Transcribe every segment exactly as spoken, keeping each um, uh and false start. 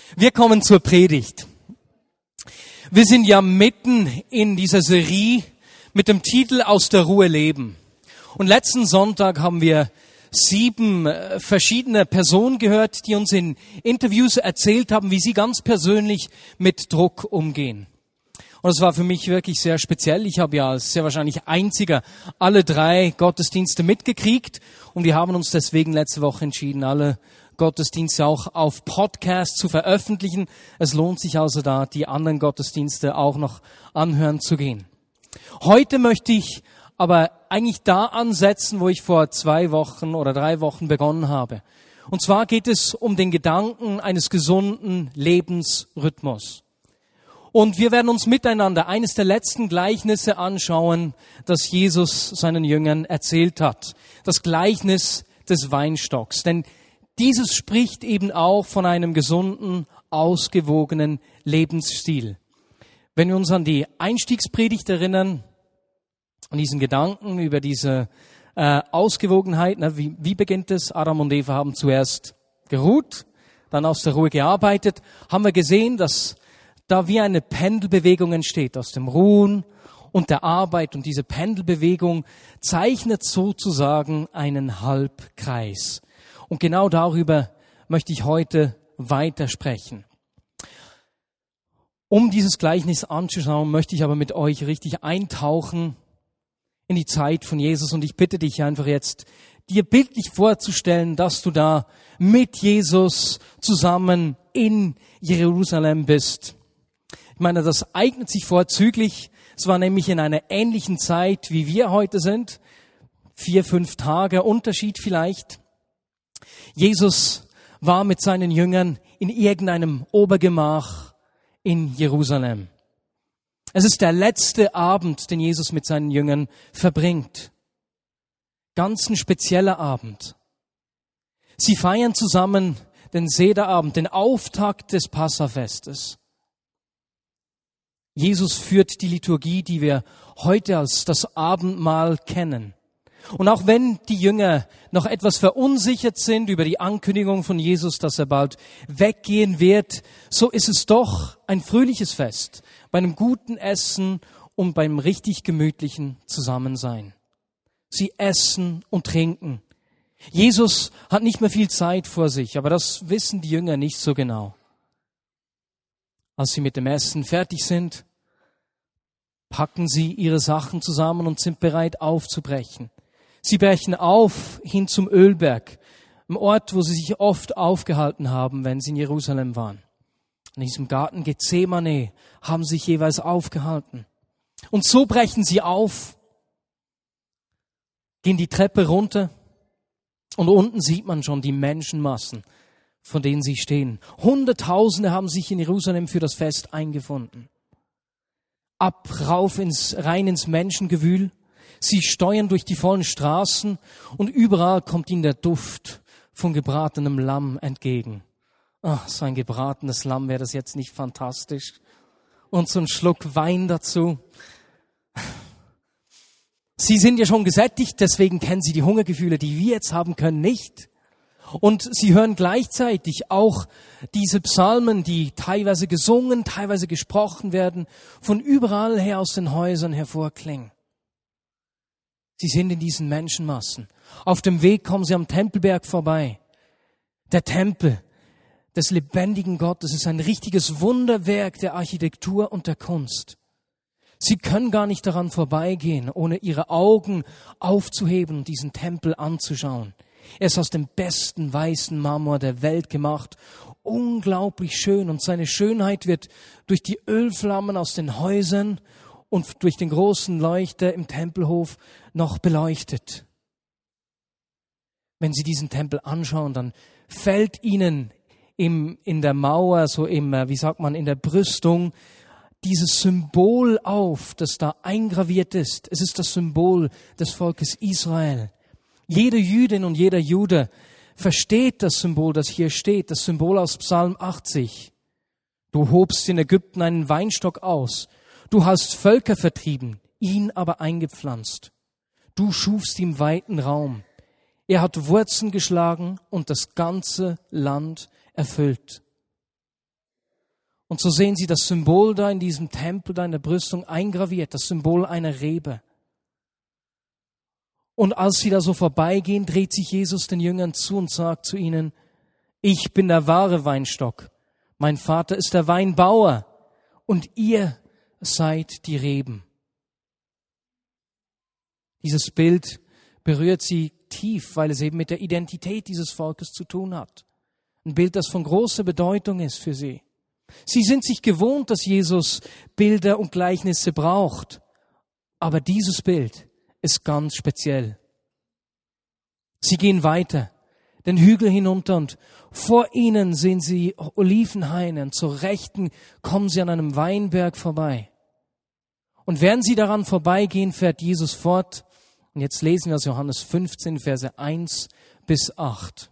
Wir kommen zur Predigt. Wir sind ja mitten in dieser Serie mit dem Titel Aus der Ruhe leben. Und letzten Sonntag haben wir sieben verschiedene Personen gehört, die uns in Interviews erzählt haben, wie sie ganz persönlich mit Druck umgehen. Und es war für mich wirklich sehr speziell. Ich habe ja als sehr wahrscheinlich einziger alle drei Gottesdienste mitgekriegt und wir haben uns deswegen letzte Woche entschieden, alle Gottesdienste auch auf Podcast zu veröffentlichen. Es lohnt sich also da, die anderen Gottesdienste auch noch anhören zu gehen. Heute möchte ich aber eigentlich da ansetzen, wo ich vor zwei Wochen oder drei Wochen begonnen habe. Und zwar geht es um den Gedanken eines gesunden Lebensrhythmus. Und wir werden uns miteinander eines der letzten Gleichnisse anschauen, das Jesus seinen Jüngern erzählt hat. Das Gleichnis des Weinstocks. Denn dieses spricht eben auch von einem gesunden, ausgewogenen Lebensstil. Wenn wir uns an die Einstiegspredigt erinnern, an diesen Gedanken über diese äh, Ausgewogenheit, ne, wie, wie beginnt es? Adam und Eva haben zuerst geruht, dann aus der Ruhe gearbeitet, haben wir gesehen, dass da wie eine Pendelbewegung entsteht aus dem Ruhen und der Arbeit. Und diese Pendelbewegung zeichnet sozusagen einen Halbkreis. Und genau darüber möchte ich heute weitersprechen. Um dieses Gleichnis anzuschauen, möchte ich aber mit euch richtig eintauchen in die Zeit von Jesus. Und ich bitte dich einfach jetzt, dir bildlich vorzustellen, dass du da mit Jesus zusammen in Jerusalem bist. Ich meine, das eignet sich vorzüglich. Es war nämlich in einer ähnlichen Zeit, wie wir heute sind. Vier, fünf Tage Unterschied vielleicht. Jesus war mit seinen Jüngern in irgendeinem Obergemach in Jerusalem. Es ist der letzte Abend, den Jesus mit seinen Jüngern verbringt. Ganz ein spezieller Abend. Sie feiern zusammen den Sederabend, den Auftakt des Passafestes. Jesus führt die Liturgie, die wir heute als das Abendmahl kennen. Und auch wenn die Jünger noch etwas verunsichert sind über die Ankündigung von Jesus, dass er bald weggehen wird, so ist es doch ein fröhliches Fest, bei einem guten Essen und beim richtig gemütlichen Zusammensein. Sie essen und trinken. Jesus hat nicht mehr viel Zeit vor sich, aber das wissen die Jünger nicht so genau. Als sie mit dem Essen fertig sind, packen sie ihre Sachen zusammen und sind bereit aufzubrechen. Sie brechen auf hin zum Ölberg, einem Ort, wo sie sich oft aufgehalten haben, wenn sie in Jerusalem waren. In diesem Garten Gethsemane haben sie sich jeweils aufgehalten. Und so brechen sie auf, gehen die Treppe runter und unten sieht man schon die Menschenmassen, von denen sie stehen. Hunderttausende haben sich in Jerusalem für das Fest eingefunden. Ab, rauf ins, rein ins Menschengewühl. Sie steuern durch die vollen Straßen und überall kommt ihnen der Duft von gebratenem Lamm entgegen. Ach, so ein gebratenes Lamm, wäre das jetzt nicht fantastisch? Und so ein Schluck Wein dazu. Sie sind ja schon gesättigt, deswegen kennen sie die Hungergefühle, die wir jetzt haben können, nicht. Und sie hören gleichzeitig auch diese Psalmen, die teilweise gesungen, teilweise gesprochen werden, von überall her aus den Häusern hervorklingen. Sie sind in diesen Menschenmassen. Auf dem Weg kommen sie am Tempelberg vorbei. Der Tempel des lebendigen Gottes ist ein richtiges Wunderwerk der Architektur und der Kunst. Sie können gar nicht daran vorbeigehen, ohne ihre Augen aufzuheben und diesen Tempel anzuschauen. Er ist aus dem besten weißen Marmor der Welt gemacht, unglaublich schön, und seine Schönheit wird durch die Ölflammen aus den Häusern und durch den großen Leuchter im Tempelhof noch beleuchtet. Wenn Sie diesen Tempel anschauen, dann fällt Ihnen im, in der Mauer, so im, wie sagt man, in der Brüstung, dieses Symbol auf, das da eingraviert ist. Es ist das Symbol des Volkes Israel. Jede Jüdin und jeder Jude versteht das Symbol, das hier steht, das Symbol aus Psalm achtzig. Du hobst in Ägypten einen Weinstock aus. Du hast Völker vertrieben, ihn aber eingepflanzt. Du schufst ihm weiten Raum. Er hat Wurzeln geschlagen und das ganze Land erfüllt. Und so sehen Sie das Symbol da in diesem Tempel, da in der Brüstung eingraviert, das Symbol einer Rebe. Und als sie da so vorbeigehen, dreht sich Jesus den Jüngern zu und sagt zu ihnen, ich bin der wahre Weinstock, mein Vater ist der Weinbauer und ihr seid die Reben. Dieses Bild berührt sie tief, weil es eben mit der Identität dieses Volkes zu tun hat. Ein Bild, das von großer Bedeutung ist für sie. Sie sind sich gewohnt, dass Jesus Bilder und Gleichnisse braucht. Aber dieses Bild ist ganz speziell. Sie gehen weiter, den Hügel hinunter und vor ihnen sehen sie Olivenhaine und zur Rechten kommen sie an einem Weinberg vorbei. Und während sie daran vorbeigehen, fährt Jesus fort. Und jetzt lesen wir aus Johannes fünfzehn, Verse eins bis acht.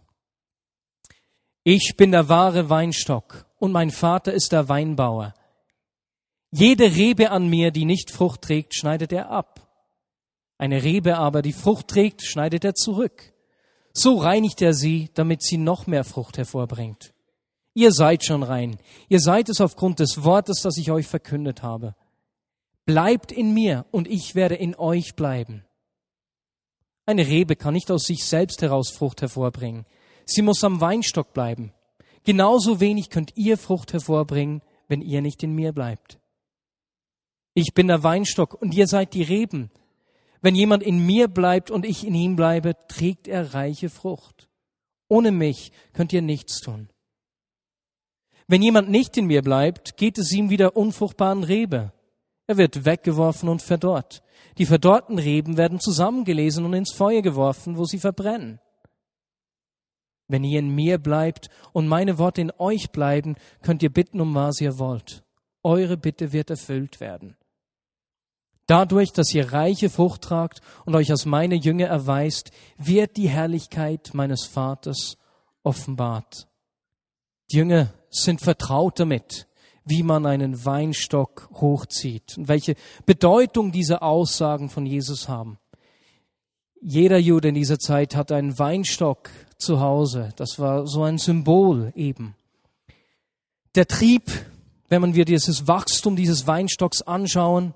Ich bin der wahre Weinstock und mein Vater ist der Weinbauer. Jede Rebe an mir, die nicht Frucht trägt, schneidet er ab. Eine Rebe aber, die Frucht trägt, schneidet er zurück. So reinigt er sie, damit sie noch mehr Frucht hervorbringt. Ihr seid schon rein. Ihr seid es aufgrund des Wortes, das ich euch verkündet habe. Bleibt in mir und ich werde in euch bleiben. Eine Rebe kann nicht aus sich selbst heraus Frucht hervorbringen. Sie muss am Weinstock bleiben. Genauso wenig könnt ihr Frucht hervorbringen, wenn ihr nicht in mir bleibt. Ich bin der Weinstock und ihr seid die Reben. Wenn jemand in mir bleibt und ich in ihm bleibe, trägt er reiche Frucht. Ohne mich könnt ihr nichts tun. Wenn jemand nicht in mir bleibt, geht es ihm wie der unfruchtbaren Rebe. Er wird weggeworfen und verdorrt. Die verdorrten Reben werden zusammengelesen und ins Feuer geworfen, wo sie verbrennen. Wenn ihr in mir bleibt und meine Worte in euch bleiben, könnt ihr bitten, um was ihr wollt. Eure Bitte wird erfüllt werden. Dadurch, dass ihr reiche Frucht tragt und euch als meine Jünger erweist, wird die Herrlichkeit meines Vaters offenbart. Die Jünger sind vertraut damit, wie man einen Weinstock hochzieht und welche Bedeutung diese Aussagen von Jesus haben. Jeder Jude in dieser Zeit hatte einen Weinstock zu Hause. Das war so ein Symbol eben. Der Trieb, wenn man wir dieses Wachstum dieses Weinstocks anschauen,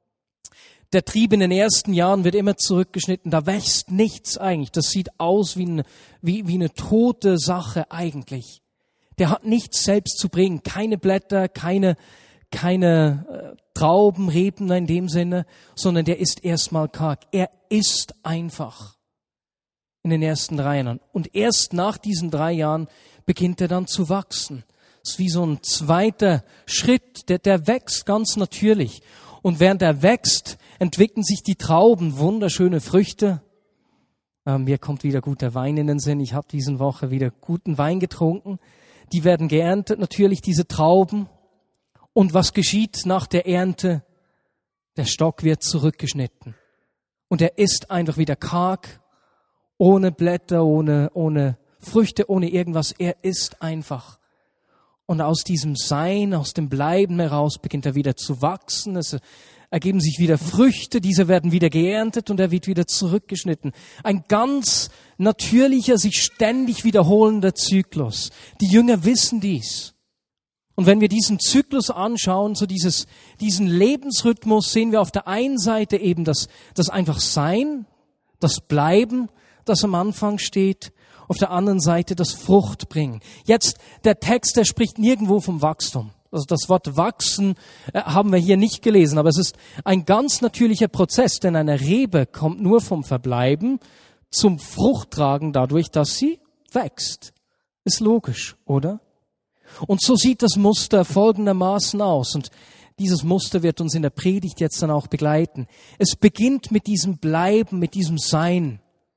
der Trieb in den ersten Jahren wird immer zurückgeschnitten. Da wächst nichts eigentlich. Das sieht aus wie eine, wie, wie eine tote Sache eigentlich. Der hat nichts selbst zu bringen. Keine Blätter, keine, keine äh, Trauben, Reben in dem Sinne, sondern der ist erstmal karg. Er ist einfach in den ersten drei Jahren. Und erst nach diesen drei Jahren beginnt er dann zu wachsen. Das ist wie so ein zweiter Schritt, der, der wächst ganz natürlich. Und während er wächst, entwickeln sich die Trauben, wunderschöne Früchte. Äh, mir kommt wieder guter Wein in den Sinn. Ich habe diese Woche wieder guten Wein getrunken. Die werden geerntet, natürlich diese Trauben. Und was geschieht nach der Ernte? Der Stock wird zurückgeschnitten. Und er ist einfach wieder karg, ohne Blätter, ohne, ohne Früchte, ohne irgendwas. Er ist einfach. Und aus diesem Sein, aus dem Bleiben heraus beginnt er wieder zu wachsen. Es ergeben sich wieder Früchte, diese werden wieder geerntet und er wird wieder zurückgeschnitten. Ein ganz natürlicher, sich ständig wiederholender Zyklus. Die Jünger wissen dies. Und wenn wir diesen Zyklus anschauen, so dieses, diesen Lebensrhythmus, sehen wir auf der einen Seite eben das, das einfach Sein, das Bleiben, das am Anfang steht. Auf der anderen Seite das Fruchtbringen. Jetzt, der Text, der spricht nirgendwo vom Wachstum. Also das Wort wachsen äh, haben wir hier nicht gelesen, aber es ist ein ganz natürlicher Prozess, denn eine Rebe kommt nur vom Verbleiben zum Fruchttragen dadurch, dass sie wächst. Ist logisch, oder? Und so sieht das Muster folgendermaßen aus und dieses Muster wird uns in der Predigt jetzt dann auch begleiten. Es beginnt mit diesem Bleiben, mit diesem Sein.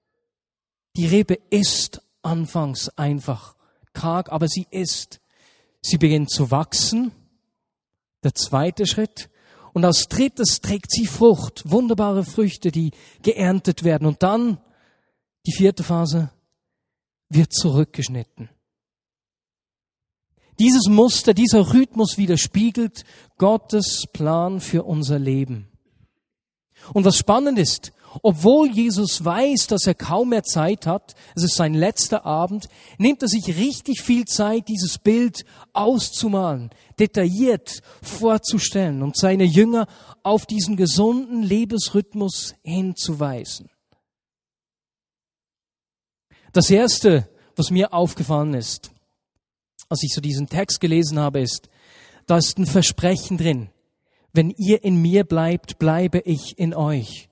Die Rebe ist anfangs einfach karg, aber sie ist. Sie beginnt zu wachsen. Der zweite Schritt. Und als drittes trägt sie Frucht. Wunderbare Früchte, die geerntet werden. Und dann, die vierte Phase, wird zurückgeschnitten. Dieses Muster, dieser Rhythmus widerspiegelt Gottes Plan für unser Leben. Und was spannend ist, Obwohl Jesus weiß, dass er kaum mehr Zeit hat, es ist sein letzter Abend, nimmt er sich richtig viel Zeit, dieses Bild auszumalen, detailliert vorzustellen und seine Jünger auf diesen gesunden Lebensrhythmus hinzuweisen. Das Erste, was mir aufgefallen ist, als ich so diesen Text gelesen habe, ist, da ist ein Versprechen drin. Wenn ihr in mir bleibt, bleibe ich in euch.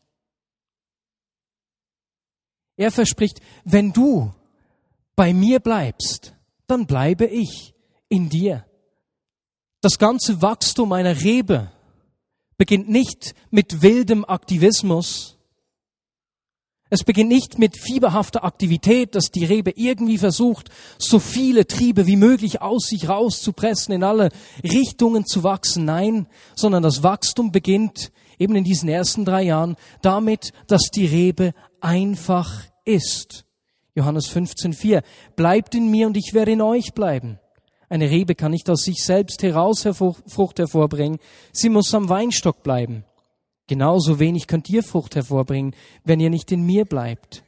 Er verspricht, wenn du bei mir bleibst, dann bleibe ich in dir. Das ganze Wachstum einer Rebe beginnt nicht mit wildem Aktivismus. Es beginnt nicht mit fieberhafter Aktivität, dass die Rebe irgendwie versucht, so viele Triebe wie möglich aus sich rauszupressen, in alle Richtungen zu wachsen. Nein, sondern das Wachstum beginnt eben in diesen ersten drei Jahren damit, dass die Rebe einfach ist. Johannes fünfzehn vier. Bleibt in mir und ich werde in euch bleiben. Eine Rebe kann nicht aus sich selbst heraus Frucht hervorbringen. Sie muss am Weinstock bleiben. Genauso wenig könnt ihr Frucht hervorbringen, wenn ihr nicht in mir bleibt.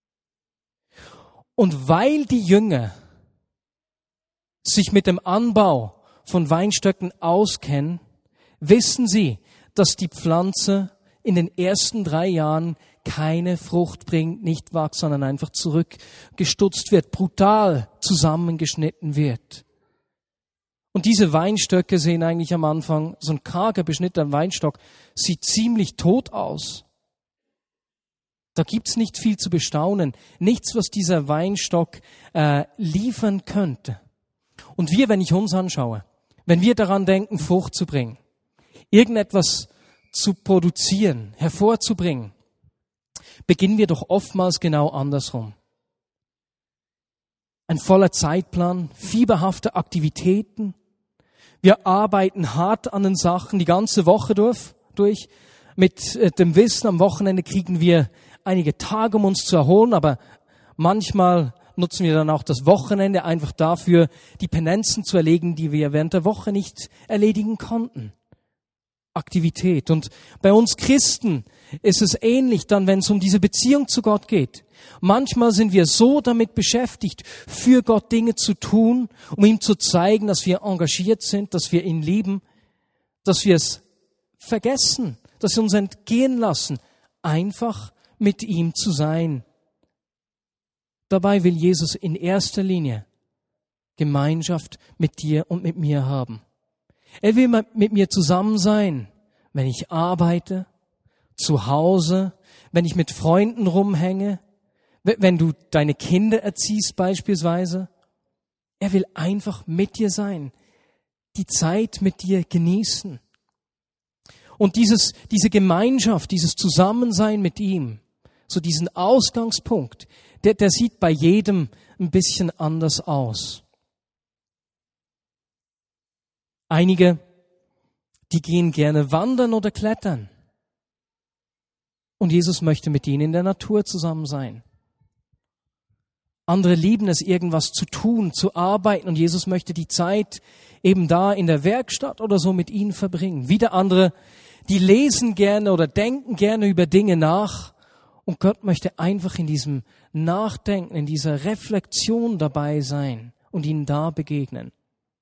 Und weil die Jünger sich mit dem Anbau von Weinstöcken auskennen, wissen sie, dass die Pflanze in den ersten drei Jahren keine Frucht bringt, nicht wächst, sondern einfach zurückgestutzt wird, brutal zusammengeschnitten wird. Und diese Weinstöcke sehen eigentlich am Anfang, so ein karger, beschnittener Weinstock, sieht ziemlich tot aus. Da gibt's nicht viel zu bestaunen, nichts, was dieser Weinstock äh, liefern könnte. Und wir, wenn ich uns anschaue, wenn wir daran denken, Frucht zu bringen, irgendetwas zu produzieren, hervorzubringen, beginnen wir doch oftmals genau andersrum. Ein voller Zeitplan, fieberhafte Aktivitäten. Wir arbeiten hart an den Sachen die ganze Woche durch. durch. Mit dem Wissen, am Wochenende kriegen wir einige Tage, um uns zu erholen, aber manchmal nutzen wir dann auch das Wochenende einfach dafür, die Pendenzen zu erledigen, die wir während der Woche nicht erledigen konnten. Aktivität. Und bei uns Christen ist es ähnlich dann, wenn es um diese Beziehung zu Gott geht. Manchmal sind wir so damit beschäftigt, für Gott Dinge zu tun, um ihm zu zeigen, dass wir engagiert sind, dass wir ihn lieben, dass wir es vergessen, dass wir uns entgehen lassen, einfach mit ihm zu sein. Dabei will Jesus in erster Linie Gemeinschaft mit dir und mit mir haben. Er will mit mir zusammen sein, wenn ich arbeite, zu Hause, wenn ich mit Freunden rumhänge, wenn du deine Kinder erziehst beispielsweise. Er will einfach mit dir sein, die Zeit mit dir genießen. Und dieses, diese Gemeinschaft, dieses Zusammensein mit ihm, so diesen Ausgangspunkt, der, der sieht bei jedem ein bisschen anders aus. Einige, die gehen gerne wandern oder klettern. Und Jesus möchte mit ihnen in der Natur zusammen sein. Andere lieben es, irgendwas zu tun, zu arbeiten. Und Jesus möchte die Zeit eben da in der Werkstatt oder so mit ihnen verbringen. Wieder andere, die lesen gerne oder denken gerne über Dinge nach. Und Gott möchte einfach in diesem Nachdenken, in dieser Reflexion dabei sein und ihnen da begegnen.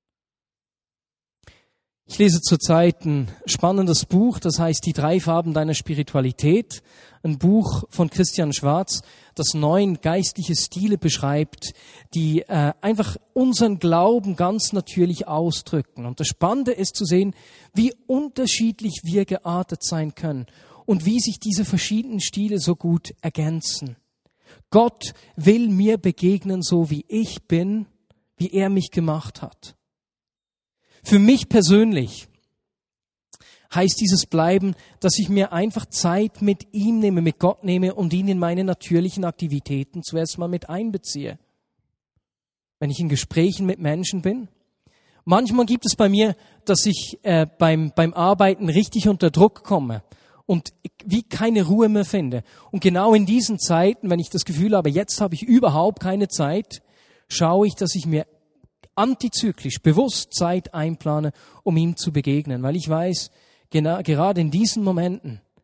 Ich lese zurzeit ein spannendes Buch, das heißt Die drei Farben deiner Spiritualität. Ein Buch von Christian Schwarz, das neun geistliche Stile beschreibt, die äh, einfach unseren Glauben ganz natürlich ausdrücken. Und das Spannende ist zu sehen, wie unterschiedlich wir geartet sein können und wie sich diese verschiedenen Stile so gut ergänzen. Gott will mir begegnen, so wie ich bin, wie er mich gemacht hat. Für mich persönlich heißt dieses Bleiben, dass ich mir einfach Zeit mit ihm nehme, mit Gott nehme und ihn in meine natürlichen Aktivitäten zuerst mal mit einbeziehe. Wenn ich in Gesprächen mit Menschen bin. Manchmal gibt es bei mir, dass ich äh, beim, beim Arbeiten richtig unter Druck komme und wie keine Ruhe mehr finde. Und genau in diesen Zeiten, wenn ich das Gefühl habe, jetzt habe ich überhaupt keine Zeit, schaue ich, dass ich mir antizyklisch bewusst Zeit einplane, um ihm zu begegnen, weil ich weiß, genau, gerade in diesen Momenten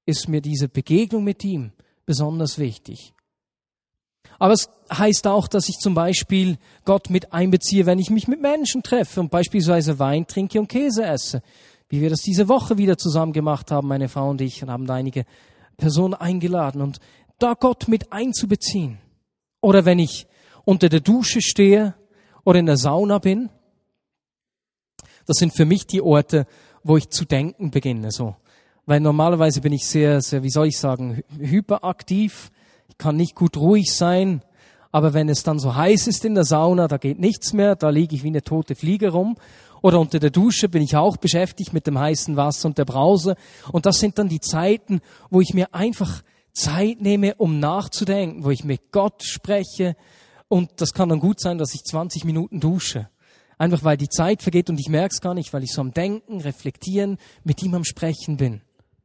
ist mir diese Begegnung mit ihm besonders wichtig. Aber es heißt auch, dass ich zum Beispiel Gott mit einbeziehe, wenn ich mich mit Menschen treffe und beispielsweise Wein trinke und Käse esse. Wie wir das diese Woche wieder zusammen gemacht haben, meine Frau und ich, und haben da einige Personen eingeladen. Und da Gott mit einzubeziehen. Oder wenn ich unter der Dusche stehe oder in der Sauna bin. Das sind für mich die Orte, wo ich zu denken beginne, so. Weil normalerweise bin ich sehr, sehr, wie soll ich sagen, hyperaktiv. Ich kann nicht gut ruhig sein. Aber wenn es dann so heiß ist in der Sauna, da geht nichts mehr. Da liege ich wie eine tote Fliege rum. Oder unter der Dusche bin ich auch beschäftigt mit dem heißen Wasser und der Brause. Und das sind dann die Zeiten, wo ich mir einfach Zeit nehme, um nachzudenken, wo ich mit Gott spreche. Und das kann dann gut sein, dass ich zwanzig Minuten dusche. Einfach weil die Zeit vergeht und ich merke es gar nicht, weil ich so am Denken, Reflektieren, mit ihm am Sprechen bin.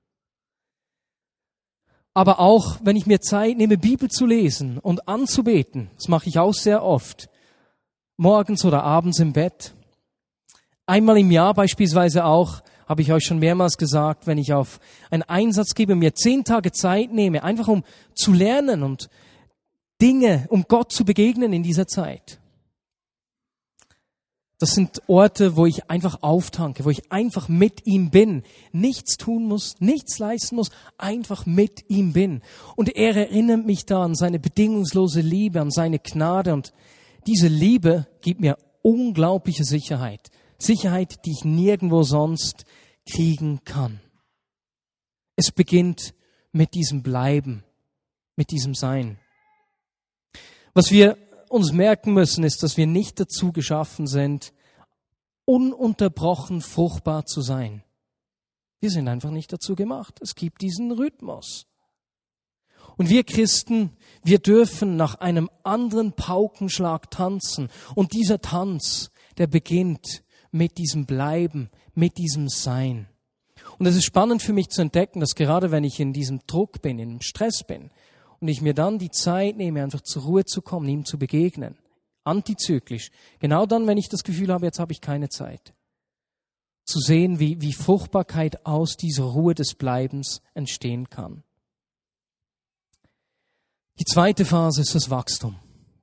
Aber auch, wenn ich mir Zeit nehme, Bibel zu lesen und anzubeten, das mache ich auch sehr oft, morgens oder abends im Bett. Einmal im Jahr beispielsweise auch, habe ich euch schon mehrmals gesagt, wenn ich auf einen Einsatz gebe, mir zehn Tage Zeit nehme, einfach um zu lernen und Dinge, um Gott zu begegnen in dieser Zeit. Das sind Orte, wo ich einfach auftanke, wo ich einfach mit ihm bin, nichts tun muss, nichts leisten muss, einfach mit ihm bin. Und er erinnert mich da an seine bedingungslose Liebe, an seine Gnade. Und diese Liebe gibt mir unglaubliche Sicherheit. Sicherheit, die ich nirgendwo sonst kriegen kann. Es beginnt mit diesem Bleiben, mit diesem Sein. Was wir uns merken müssen, ist, dass wir nicht dazu geschaffen sind, ununterbrochen fruchtbar zu sein. Wir sind einfach nicht dazu gemacht. Es gibt diesen Rhythmus. Und wir Christen, wir dürfen nach einem anderen Paukenschlag tanzen. Und dieser Tanz, der beginnt mit diesem Bleiben, mit diesem Sein. Und es ist spannend für mich zu entdecken, dass gerade wenn ich in diesem Druck bin, in dem Stress bin, und ich mir dann die Zeit nehme, einfach zur Ruhe zu kommen, ihm zu begegnen, antizyklisch, genau dann, wenn ich das Gefühl habe, jetzt habe ich keine Zeit, zu sehen, wie, wie Fruchtbarkeit aus dieser Ruhe des Bleibens entstehen kann. Die zweite Phase ist das Wachstum.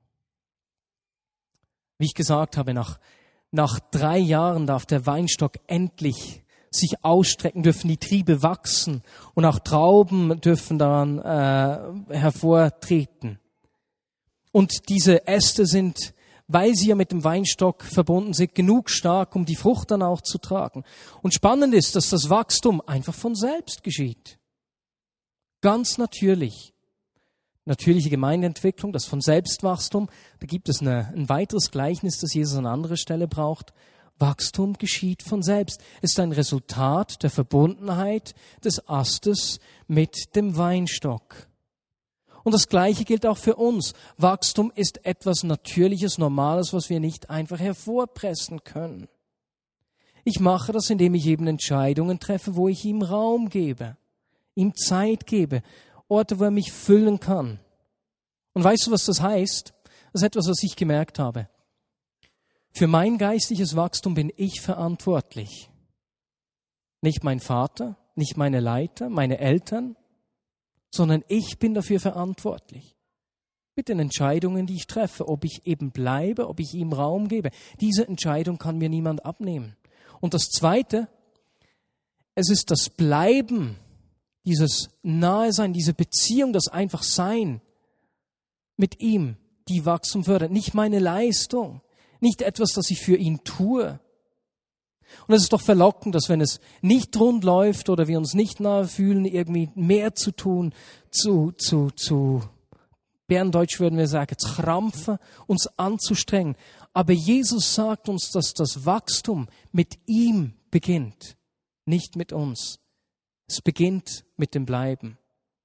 Wie ich gesagt habe, nach, nach drei Jahren darf der Weinstock endlich sich ausstrecken, dürfen die Triebe wachsen und auch Trauben dürfen daran äh, hervortreten. Und diese Äste sind, weil sie ja mit dem Weinstock verbunden sind, genug stark, um die Frucht dann auch zu tragen. Und spannend ist, dass das Wachstum einfach von selbst geschieht. Ganz natürlich. Natürliche Gemeindeentwicklung, das von Selbstwachstum. Da gibt es eine, ein weiteres Gleichnis, das Jesus an anderer Stelle braucht. Wachstum geschieht von selbst. Es ist ein Resultat der Verbundenheit des Astes mit dem Weinstock. Und das Gleiche gilt auch für uns. Wachstum ist etwas Natürliches, Normales, was wir nicht einfach hervorpressen können. Ich mache das, indem ich eben Entscheidungen treffe, wo ich ihm Raum gebe, ihm Zeit gebe, Orte, wo er mich füllen kann. Und weißt du, was das heißt? Das ist etwas, was ich gemerkt habe. Für mein geistliches Wachstum bin ich verantwortlich. Nicht mein Vater, nicht meine Leiter, meine Eltern, sondern ich bin dafür verantwortlich. Mit den Entscheidungen, die ich treffe, ob ich eben bleibe, ob ich ihm Raum gebe. Diese Entscheidung kann mir niemand abnehmen. Und das Zweite, es ist das Bleiben, dieses Nahesein, diese Beziehung, das Einfachsein mit ihm, die Wachstum fördert. Nicht meine Leistung. Nicht etwas, das ich für ihn tue. Und es ist doch verlockend, dass wenn es nicht rund läuft oder wir uns nicht nahe fühlen, irgendwie mehr zu tun, zu, zu, zu, Berndeutsch würden wir sagen, zu krampfen, uns anzustrengen. Aber Jesus sagt uns, dass das Wachstum mit ihm beginnt, nicht mit uns. Es beginnt mit dem Bleiben.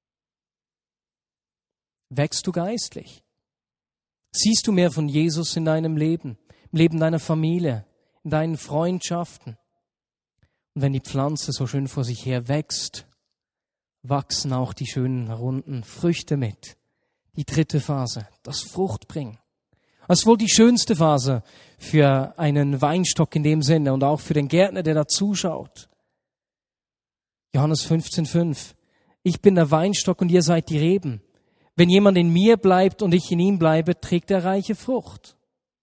Wächst du geistlich? Siehst du mehr von Jesus in deinem Leben, im Leben deiner Familie, in deinen Freundschaften? Und wenn die Pflanze so schön vor sich her wächst, wachsen auch die schönen, runden Früchte mit. Die dritte Phase, das Fruchtbringen. Das ist wohl die schönste Phase für einen Weinstock in dem Sinne und auch für den Gärtner, der da zuschaut. Johannes fünfzehn fünf. Ich bin der Weinstock und ihr seid die Reben. Wenn jemand in mir bleibt und ich in ihm bleibe, trägt er reiche Frucht.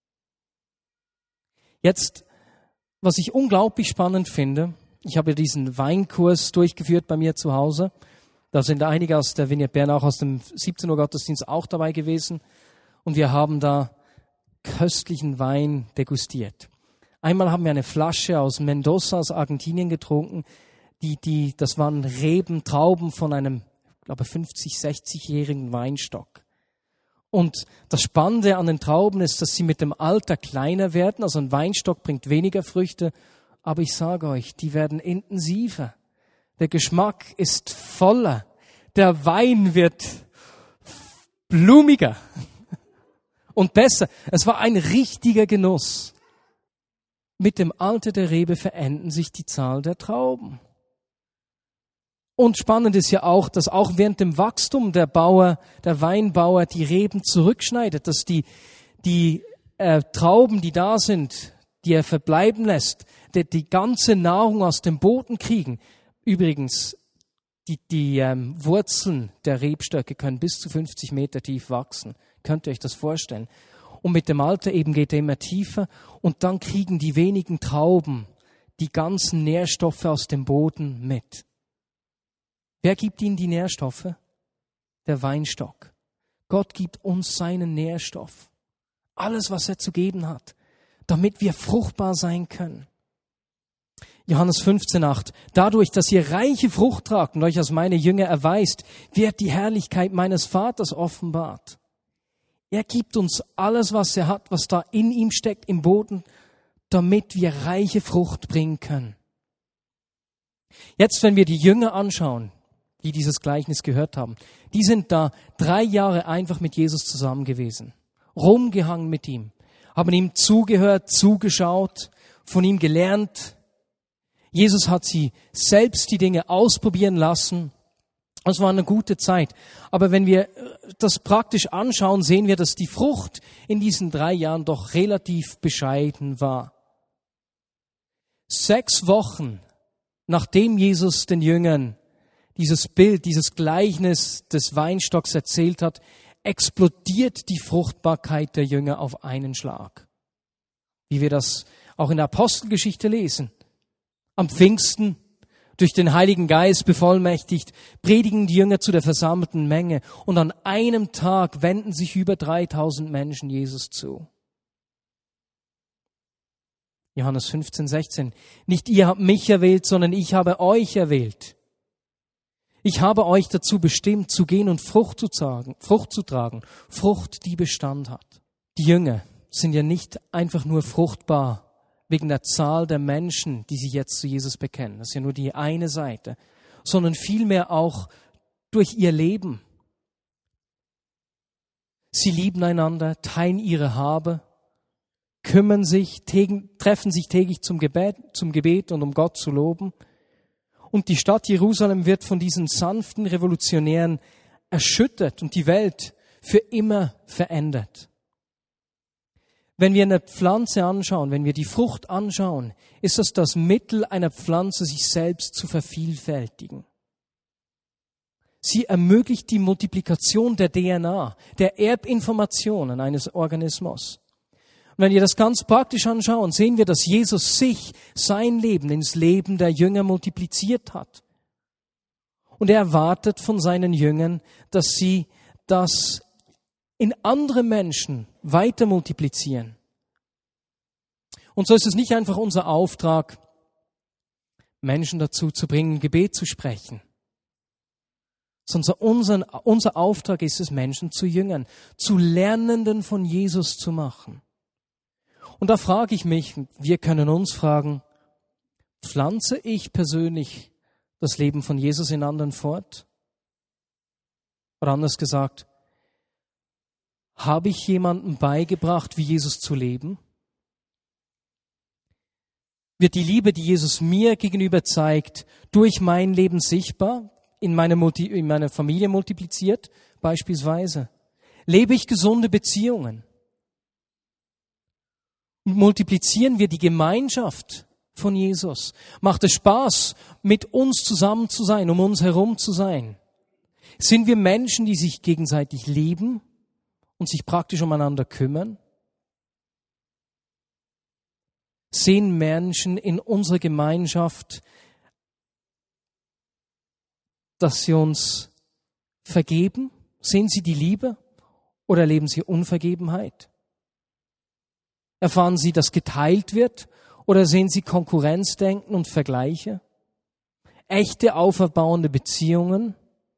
Jetzt, was ich unglaublich spannend finde, ich habe ja diesen Weinkurs durchgeführt bei mir zu Hause. Da sind einige aus der Vineyard Bern, auch aus dem siebzehn Uhr Gottesdienst auch dabei gewesen. Und wir haben da köstlichen Wein degustiert. Einmal haben wir eine Flasche aus Mendoza, aus Argentinien getrunken. Die, die, das waren Reben, Trauben von einem, ich glaube, fünfzig-, sechzigjährigen Weinstock. Und das Spannende an den Trauben ist, dass sie mit dem Alter kleiner werden. Also ein Weinstock bringt weniger Früchte. Aber ich sage euch, die werden intensiver. Der Geschmack ist voller. Der Wein wird blumiger und besser. Es war ein richtiger Genuss. Mit dem Alter der Rebe verändern sich die Zahl der Trauben. Und spannend ist ja auch, dass auch während dem Wachstum der Bauer, der Weinbauer die Reben zurückschneidet, dass die, die äh, Trauben, die da sind, die er verbleiben lässt, die, die ganze Nahrung aus dem Boden kriegen. Übrigens, die, die ähm, Wurzeln der Rebstöcke können bis zu fünfzig Meter tief wachsen. Könnt ihr euch das vorstellen? Und mit dem Alter eben geht er immer tiefer und dann kriegen die wenigen Trauben die ganzen Nährstoffe aus dem Boden mit. Wer gibt ihnen die Nährstoffe? Der Weinstock. Gott gibt uns seinen Nährstoff. Alles, was er zu geben hat, damit wir fruchtbar sein können. Johannes fünfzehn acht. Dadurch, dass ihr reiche Frucht tragt und euch als meine Jünger erweist, wird die Herrlichkeit meines Vaters offenbart. Er gibt uns alles, was er hat, was da in ihm steckt, im Boden, damit wir reiche Frucht bringen können. Jetzt, wenn wir die Jünger anschauen, die dieses Gleichnis gehört haben, die sind da drei Jahre einfach mit Jesus zusammen gewesen, rumgehangen mit ihm, haben ihm zugehört, zugeschaut, von ihm gelernt. Jesus hat sie selbst die Dinge ausprobieren lassen. Es war eine gute Zeit. Aber wenn wir das praktisch anschauen, sehen wir, dass die Frucht in diesen drei Jahren doch relativ bescheiden war. Sechs Wochen, nachdem Jesus den Jüngern dieses Bild, dieses Gleichnis des Weinstocks erzählt hat, explodiert die Fruchtbarkeit der Jünger auf einen Schlag. Wie wir das auch in der Apostelgeschichte lesen. Am Pfingsten, durch den Heiligen Geist bevollmächtigt, predigen die Jünger zu der versammelten Menge und an einem Tag wenden sich über dreitausend Menschen Jesus zu. Johannes fünfzehn sechzehn. Nicht ihr habt mich erwählt, sondern ich habe euch erwählt. Ich habe euch dazu bestimmt, zu gehen und Frucht zu tragen, Frucht zu tragen, Frucht, die Bestand hat. Die Jünger sind ja nicht einfach nur fruchtbar wegen der Zahl der Menschen, die sich jetzt zu Jesus bekennen. Das ist ja nur die eine Seite, sondern vielmehr auch durch ihr Leben. Sie lieben einander, teilen ihre Habe, kümmern sich, treffen sich täglich zum Gebet, zum Gebet und um Gott zu loben. Und die Stadt Jerusalem wird von diesen sanften Revolutionären erschüttert und die Welt für immer verändert. Wenn wir eine Pflanze anschauen, wenn wir die Frucht anschauen, ist das das Mittel einer Pflanze, sich selbst zu vervielfältigen. Sie ermöglicht die Multiplikation der D N A, der Erbinformationen eines Organismus. Und wenn wir das ganz praktisch anschauen, sehen wir, dass Jesus sich, sein Leben, ins Leben der Jünger multipliziert hat. Und er erwartet von seinen Jüngern, dass sie das in andere Menschen weiter multiplizieren. Und so ist es nicht einfach unser Auftrag, Menschen dazu zu bringen, Gebet zu sprechen. Sondern unser, unser Auftrag ist es, Menschen zu Jüngern, zu Lernenden von Jesus zu machen. Und da frage ich mich, wir können uns fragen, pflanze ich persönlich das Leben von Jesus in anderen fort? Oder anders gesagt, habe ich jemandem beigebracht, wie Jesus zu leben? Wird die Liebe, die Jesus mir gegenüber zeigt, durch mein Leben sichtbar, in meiner, Multi- in meiner Familie multipliziert, beispielsweise? Lebe ich gesunde Beziehungen? Multiplizieren wir die Gemeinschaft von Jesus? Macht es Spaß, mit uns zusammen zu sein, um uns herum zu sein? Sind wir Menschen, die sich gegenseitig lieben und sich praktisch umeinander kümmern? Sehen Menschen in unserer Gemeinschaft, dass sie uns vergeben? Sehen sie die Liebe oder erleben sie Unvergebenheit? Erfahren sie, dass geteilt wird oder sehen sie Konkurrenzdenken und Vergleiche? Echte, auferbauende Beziehungen?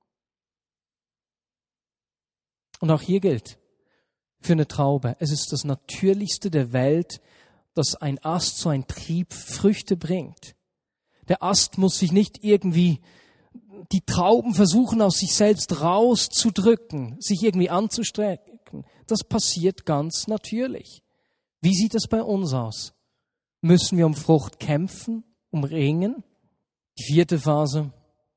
Und auch hier gilt für eine Traube, es ist das Natürlichste der Welt, dass ein Ast, so ein Trieb Früchte bringt. Der Ast muss sich nicht irgendwie die Trauben versuchen, aus sich selbst rauszudrücken, sich irgendwie anzustrecken. Das passiert ganz natürlich. Wie sieht es bei uns aus? Müssen wir um Frucht kämpfen, um ringen? Die vierte Phase.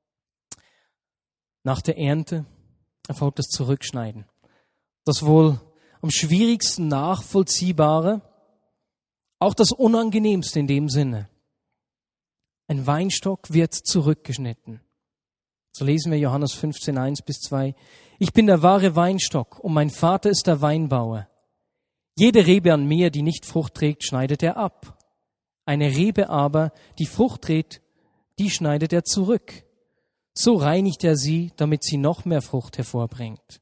Nach der Ernte erfolgt das Zurückschneiden. Das wohl am schwierigsten nachvollziehbare, auch das Unangenehmste in dem Sinne. Ein Weinstock wird zurückgeschnitten. So lesen wir Johannes fünfzehn, eins bis zwei. Ich bin der wahre Weinstock und mein Vater ist der Weinbauer. Jede Rebe an mir, die nicht Frucht trägt, schneidet er ab. Eine Rebe aber, die Frucht trägt, die schneidet er zurück. So reinigt er sie, damit sie noch mehr Frucht hervorbringt.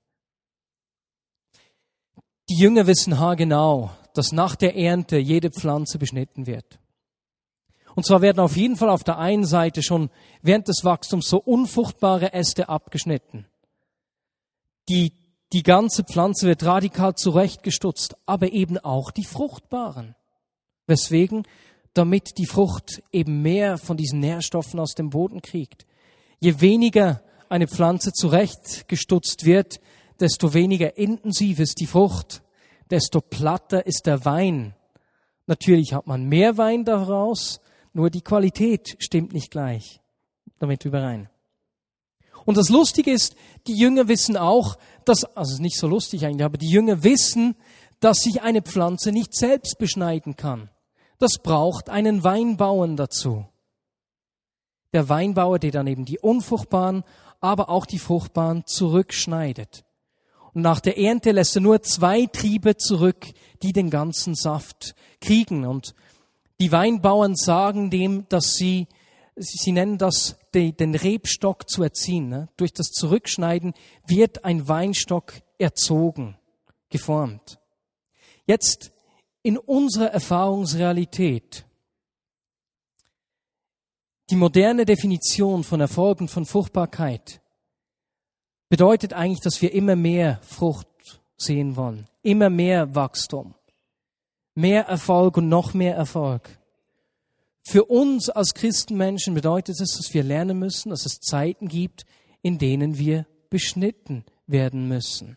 Die Jünger wissen haargenau, dass nach der Ernte jede Pflanze beschnitten wird. Und zwar werden auf jeden Fall auf der einen Seite schon während des Wachstums so unfruchtbare Äste abgeschnitten. Die, die ganze Pflanze wird radikal zurechtgestutzt, aber eben auch die fruchtbaren. Weswegen? Damit die Frucht eben mehr von diesen Nährstoffen aus dem Boden kriegt. Je weniger eine Pflanze zurechtgestutzt wird, desto weniger intensiv ist die Frucht, desto platter ist der Wein. Natürlich hat man mehr Wein daraus, nur die Qualität stimmt nicht gleich damit überein. Und das Lustige ist, die Jünger wissen auch, dass, also nicht so lustig eigentlich, aber die Jünger wissen, dass sich eine Pflanze nicht selbst beschneiden kann. Das braucht einen Weinbauern dazu. Der Weinbauer, der dann eben die unfruchtbaren, aber auch die fruchtbaren zurückschneidet. Und nach der Ernte lässt er nur zwei Triebe zurück, die den ganzen Saft kriegen. Und die Weinbauern sagen dem, dass sie, sie nennen das, den Rebstock zu erziehen. Durch das Zurückschneiden wird ein Weinstock erzogen, geformt. Jetzt in unserer Erfahrungsrealität. Die moderne Definition von Erfolg und von Fruchtbarkeit bedeutet eigentlich, dass wir immer mehr Frucht sehen wollen, immer mehr Wachstum, mehr Erfolg und noch mehr Erfolg. Für uns als Christenmenschen bedeutet es, dass wir lernen müssen, dass es Zeiten gibt, in denen wir beschnitten werden müssen.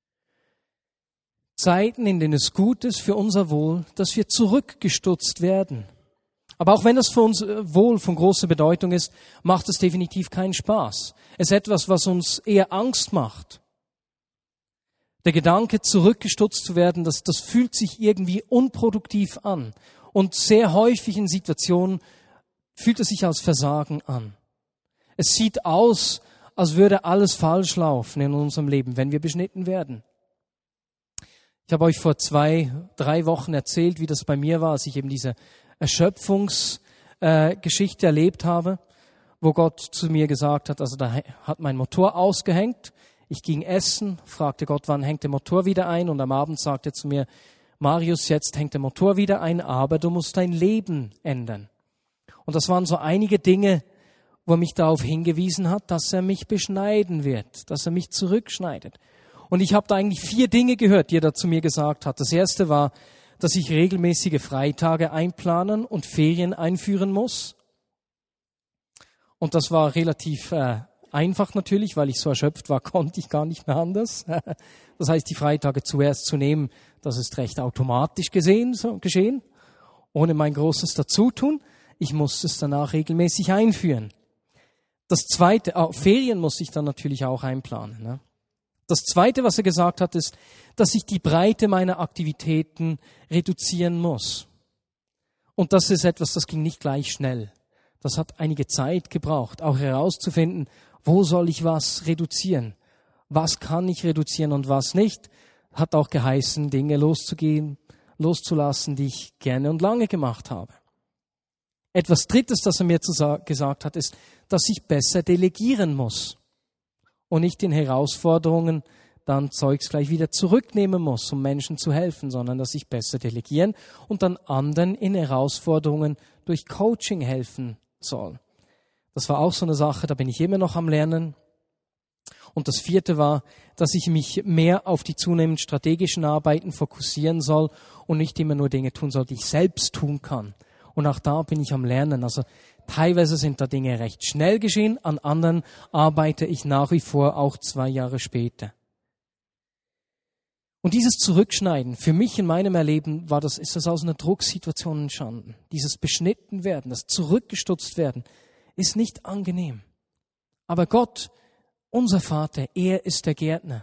Zeiten, in denen es gut ist für unser Wohl, dass wir zurückgestutzt werden. Aber auch wenn das für uns Wohl von großer Bedeutung ist, macht es definitiv keinen Spaß. Es ist etwas, was uns eher Angst macht. Der Gedanke, zurückgestutzt zu werden, das, das fühlt sich irgendwie unproduktiv an. Und sehr häufig in Situationen fühlt es sich als Versagen an. Es sieht aus, als würde alles falsch laufen in unserem Leben, wenn wir beschnitten werden. Ich habe euch vor zwei, drei Wochen erzählt, wie das bei mir war, als ich eben diese Erschöpfungsgeschichte äh, erlebt habe, wo Gott zu mir gesagt hat, also da hat mein Motor ausgehängt. Ich ging essen, fragte Gott, wann hängt der Motor wieder ein? Und am Abend sagte er zu mir, Marius, jetzt hängt der Motor wieder ein, aber du musst dein Leben ändern. Und das waren so einige Dinge, wo er mich darauf hingewiesen hat, dass er mich beschneiden wird, dass er mich zurückschneidet. Und ich habe da eigentlich vier Dinge gehört, die er da zu mir gesagt hat. Das erste war, dass ich regelmäßige Freitage einplanen und Ferien einführen muss. Und das war relativ äh, einfach natürlich, weil ich so erschöpft war, konnte ich gar nicht mehr anders. Das heißt, die Freitage zuerst zu nehmen, das ist recht automatisch gesehen, so geschehen, ohne mein großes Dazutun. Ich musste es danach regelmäßig einführen. Das zweite, oh, Ferien muss ich dann natürlich auch einplanen. Ne? Das zweite, was er gesagt hat, ist, dass ich die Breite meiner Aktivitäten reduzieren muss. Und das ist etwas, das ging nicht gleich schnell. Das hat einige Zeit gebraucht, auch herauszufinden, Wo soll ich was reduzieren? Was kann ich reduzieren und was nicht? Hat auch geheißen, Dinge loszugehen, loszulassen, die ich gerne und lange gemacht habe. Etwas Drittes, das er mir gesagt hat, ist, dass ich besser delegieren muss und nicht in Herausforderungen dann Zeugs gleich wieder zurücknehmen muss, um Menschen zu helfen, sondern dass ich besser delegieren und dann anderen in Herausforderungen durch Coaching helfen soll. Das war auch so eine Sache, da bin ich immer noch am Lernen. Und das vierte war, dass ich mich mehr auf die zunehmend strategischen Arbeiten fokussieren soll und nicht immer nur Dinge tun soll, die ich selbst tun kann. Und auch da bin ich am Lernen. Also teilweise sind da Dinge recht schnell geschehen, an anderen arbeite ich nach wie vor auch zwei Jahre später. Und dieses Zurückschneiden, für mich in meinem Erleben war das, ist das aus einer Drucksituation entstanden. Dieses Beschnittenwerden, das Zurückgestutzt werden, ist nicht angenehm. Aber Gott, unser Vater, er ist der Gärtner.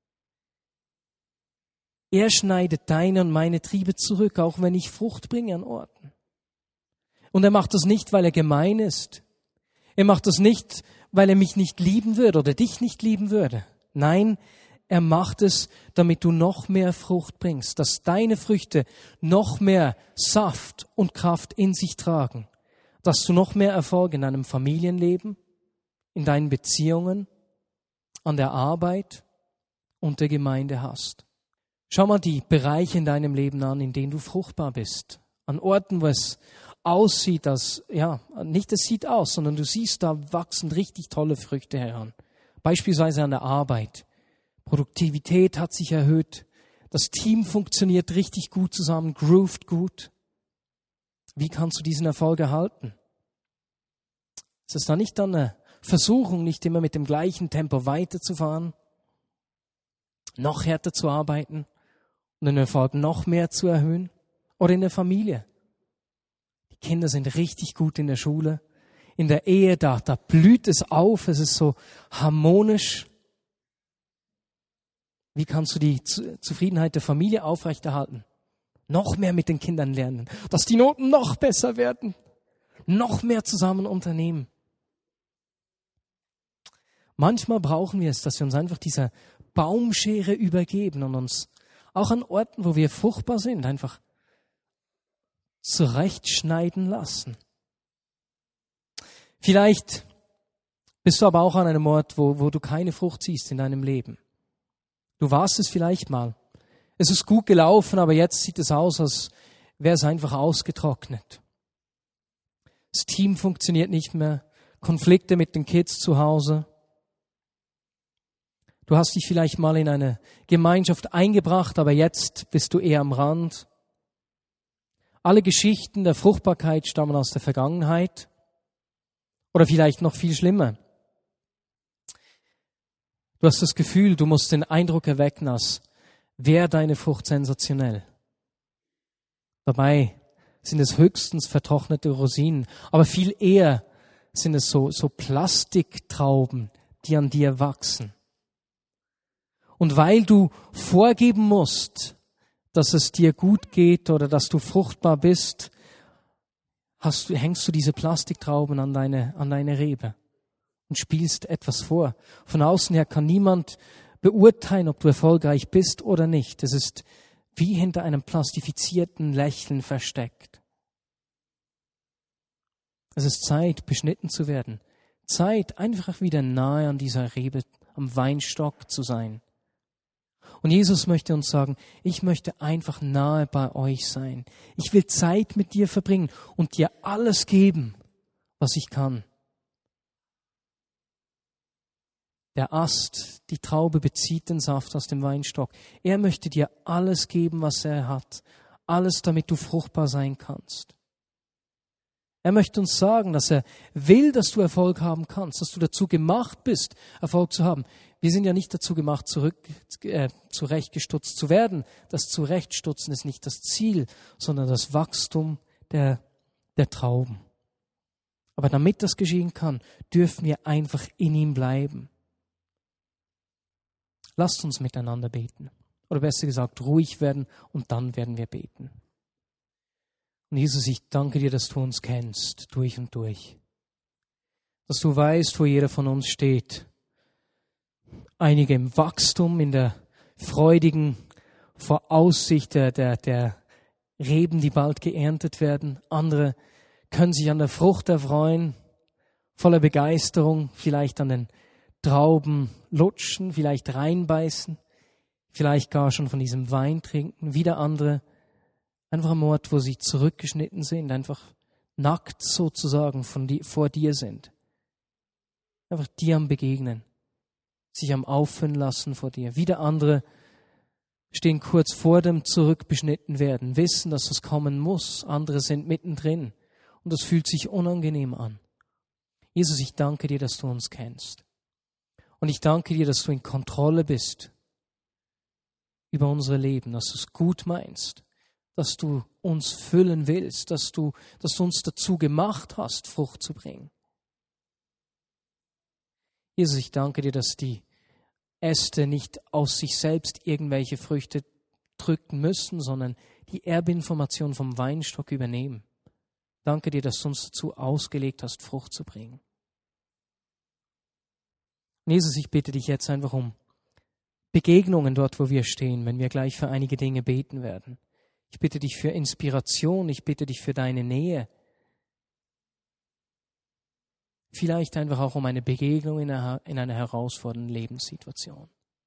Er schneidet deine und meine Triebe zurück, auch wenn ich Frucht bringe an Orten. Und er macht das nicht, weil er gemein ist. Er macht das nicht, weil er mich nicht lieben würde oder dich nicht lieben würde. Nein, er macht es, damit du noch mehr Frucht bringst, dass deine Früchte noch mehr Saft und Kraft in sich tragen, dass du noch mehr Erfolg in deinem Familienleben, in deinen Beziehungen, an der Arbeit und der Gemeinde hast. Schau mal die Bereiche in deinem Leben an, in denen du fruchtbar bist. An Orten, wo es aussieht, dass, ja, nicht es sieht aus, sondern du siehst, da wachsen richtig tolle Früchte heran. Beispielsweise an der Arbeit. Produktivität hat sich erhöht. Das Team funktioniert richtig gut zusammen, grooved gut. Wie kannst du diesen Erfolg erhalten? Ist es da nicht dann eine Versuchung, nicht immer mit dem gleichen Tempo weiterzufahren, noch härter zu arbeiten und den Erfolg noch mehr zu erhöhen? Oder in der Familie? Die Kinder sind richtig gut in der Schule. In der Ehe, da, da blüht es auf, es ist so harmonisch. Wie kannst du die Zufriedenheit der Familie aufrechterhalten? Noch mehr mit den Kindern lernen, dass die Noten noch besser werden, noch mehr zusammen unternehmen. Manchmal brauchen wir es, dass wir uns einfach dieser Baumschere übergeben und uns auch an Orten, wo wir fruchtbar sind, einfach zurechtschneiden lassen. Vielleicht bist du aber auch an einem Ort, wo, wo du keine Frucht siehst in deinem Leben. Du warst es vielleicht mal. Es ist gut gelaufen, aber jetzt sieht es aus, als wäre es einfach ausgetrocknet. Das Team funktioniert nicht mehr. Konflikte mit den Kids zu Hause. Du hast dich vielleicht mal in eine Gemeinschaft eingebracht, aber jetzt bist du eher am Rand. Alle Geschichten der Fruchtbarkeit stammen aus der Vergangenheit. Oder vielleicht noch viel schlimmer. Du hast das Gefühl, du musst den Eindruck erwecken, als wäre deine Frucht sensationell. Dabei sind es höchstens vertrocknete Rosinen, aber viel eher sind es so, so Plastiktrauben, die an dir wachsen. Und weil du vorgeben musst, dass es dir gut geht oder dass du fruchtbar bist, hast du, hängst du diese Plastiktrauben an deine, an deine Rebe und spielst etwas vor. Von außen her kann niemand beurteilen, ob du erfolgreich bist oder nicht. Es ist wie hinter einem plastifizierten Lächeln versteckt. Es ist Zeit, beschnitten zu werden. Zeit, einfach wieder nahe an dieser Rebe, am Weinstock zu sein. Und Jesus möchte uns sagen, ich möchte einfach nahe bei euch sein. Ich will Zeit mit dir verbringen und dir alles geben, was ich kann. Der Ast, die Traube bezieht den Saft aus dem Weinstock. Er möchte dir alles geben, was er hat. Alles, damit du fruchtbar sein kannst. Er möchte uns sagen, dass er will, dass du Erfolg haben kannst, dass du dazu gemacht bist, Erfolg zu haben. Wir sind ja nicht dazu gemacht, zurück, äh, zurechtgestutzt zu werden. Das Zurechtstutzen ist nicht das Ziel, sondern das Wachstum der, der Trauben. Aber damit das geschehen kann, dürfen wir einfach in ihm bleiben. Lasst uns miteinander beten. Oder besser gesagt, ruhig werden und dann werden wir beten. Und Jesus, ich danke dir, dass du uns kennst, durch und durch. dass du weißt, wo jeder von uns steht. Einige im Wachstum, in der freudigen Voraussicht der, der, der Reben, die bald geerntet werden. Andere können sich an der Frucht erfreuen, voller Begeisterung, vielleicht an den Trauben lutschen, vielleicht reinbeißen, vielleicht gar schon von diesem Wein trinken. Wieder andere einfach am Ort, wo sie zurückgeschnitten sind, einfach nackt sozusagen von die, vor dir sind. Einfach dir am Begegnen, sich am Aufführen lassen vor dir. Wieder andere stehen kurz vor dem Zurückbeschnitten werden, wissen, dass das kommen muss. Andere sind mittendrin und das fühlt sich unangenehm an. Jesus, ich danke dir, dass du uns kennst. Und ich danke dir, dass du in Kontrolle bist über unsere Leben, dass du es gut meinst, dass du uns füllen willst, dass du, dass du uns dazu gemacht hast, Frucht zu bringen. Jesus, ich danke dir, dass die Äste nicht aus sich selbst irgendwelche Früchte drücken müssen, sondern die Erbinformation vom Weinstock übernehmen. Danke dir, dass du uns dazu ausgelegt hast, Frucht zu bringen. Jesus, ich bitte dich jetzt einfach um Begegnungen dort, wo wir stehen, wenn wir gleich für einige Dinge beten werden. Ich bitte dich für Inspiration, ich bitte dich für deine Nähe. Vielleicht einfach auch um eine Begegnung in einer, in einer herausfordernden Lebenssituation.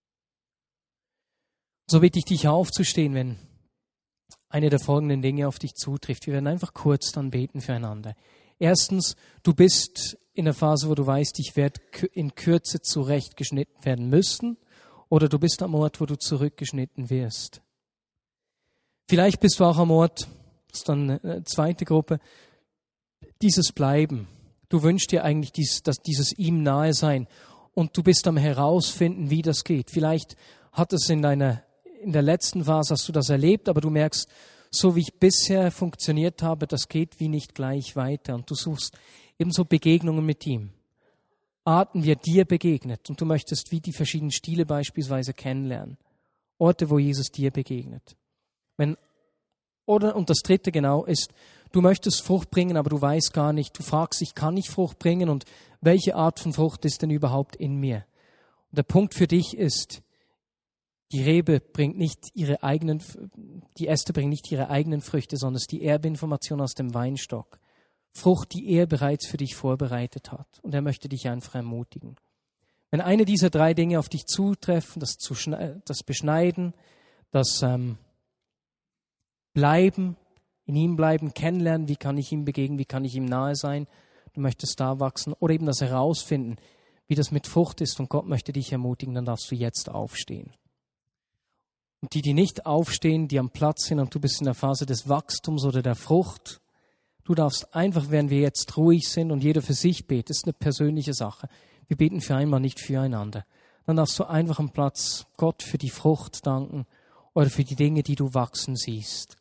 So bitte ich dich aufzustehen, wenn eine der folgenden Dinge auf dich zutrifft. Wir werden einfach kurz dann beten füreinander. Erstens, du bist in der Phase, wo du weißt, ich werde in Kürze zurechtgeschnitten werden müssen, oder du bist am Ort, wo du zurückgeschnitten wirst. Vielleicht bist du auch am Ort, das ist dann eine zweite Gruppe, dieses Bleiben. Du wünschst dir eigentlich dies, dass dieses ihm nahe sein und du bist am herausfinden, wie das geht. Vielleicht hat es in deiner, in der letzten Phase hast du das erlebt, aber du merkst, so wie ich bisher funktioniert habe, das geht wie nicht gleich weiter und du suchst ebenso Begegnungen mit ihm. Arten, wie er dir begegnet und du möchtest wie die verschiedenen Stile beispielsweise kennenlernen. Orte, wo Jesus dir begegnet. Wenn, oder, und das dritte genau ist, du möchtest Frucht bringen, aber du weißt gar nicht, du fragst dich, kann ich Frucht bringen und welche Art von Frucht ist denn überhaupt in mir? Und der Punkt für dich ist, die Rebe bringt nicht ihre eigenen, die Äste bringen nicht ihre eigenen Früchte, sondern es ist die Erbinformation aus dem Weinstock. Frucht, die er bereits für dich vorbereitet hat. Und er möchte dich einfach ermutigen. Wenn eine dieser drei Dinge auf dich zutreffen, das, Zuschne- das Beschneiden, das ähm, Bleiben, in ihm bleiben, kennenlernen, wie kann ich ihm begegnen, wie kann ich ihm nahe sein, du möchtest da wachsen, oder eben das Herausfinden, wie das mit Frucht ist und Gott möchte dich ermutigen, dann darfst du jetzt aufstehen. Und die, die nicht aufstehen, die am Platz sind und du bist in der Phase des Wachstums oder der Frucht, du darfst einfach, während wir jetzt ruhig sind und jeder für sich betet, das ist eine persönliche Sache. Wir beten für einmal, nicht füreinander. Dann darfst du einfach am Platz Gott für die Frucht danken oder für die Dinge, die du wachsen siehst.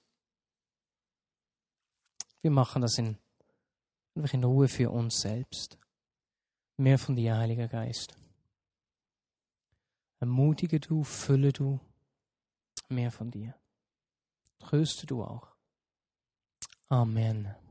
Wir machen das in, einfach in Ruhe für uns selbst. Mehr von dir, Heiliger Geist. Ermutige du, fülle du, mehr von dir. Tröste du auch. Amen.